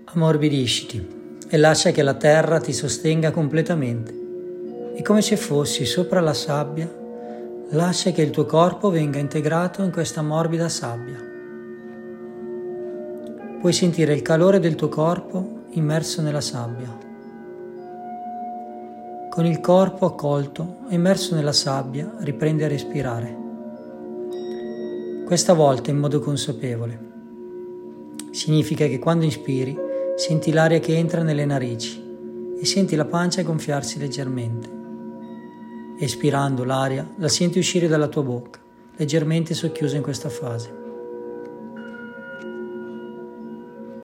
Ammorbidisciti e lascia che la terra ti sostenga completamente. E come se fossi sopra la sabbia, lascia che il tuo corpo venga integrato in questa morbida sabbia. Puoi sentire il calore del tuo corpo immerso nella sabbia. Con il corpo accolto e immerso nella sabbia, riprendi a respirare. Questa volta in modo consapevole. Significa che quando inspiri, senti l'aria che entra nelle narici e senti la pancia gonfiarsi leggermente. Espirando l'aria, la senti uscire dalla tua bocca, leggermente socchiusa in questa fase.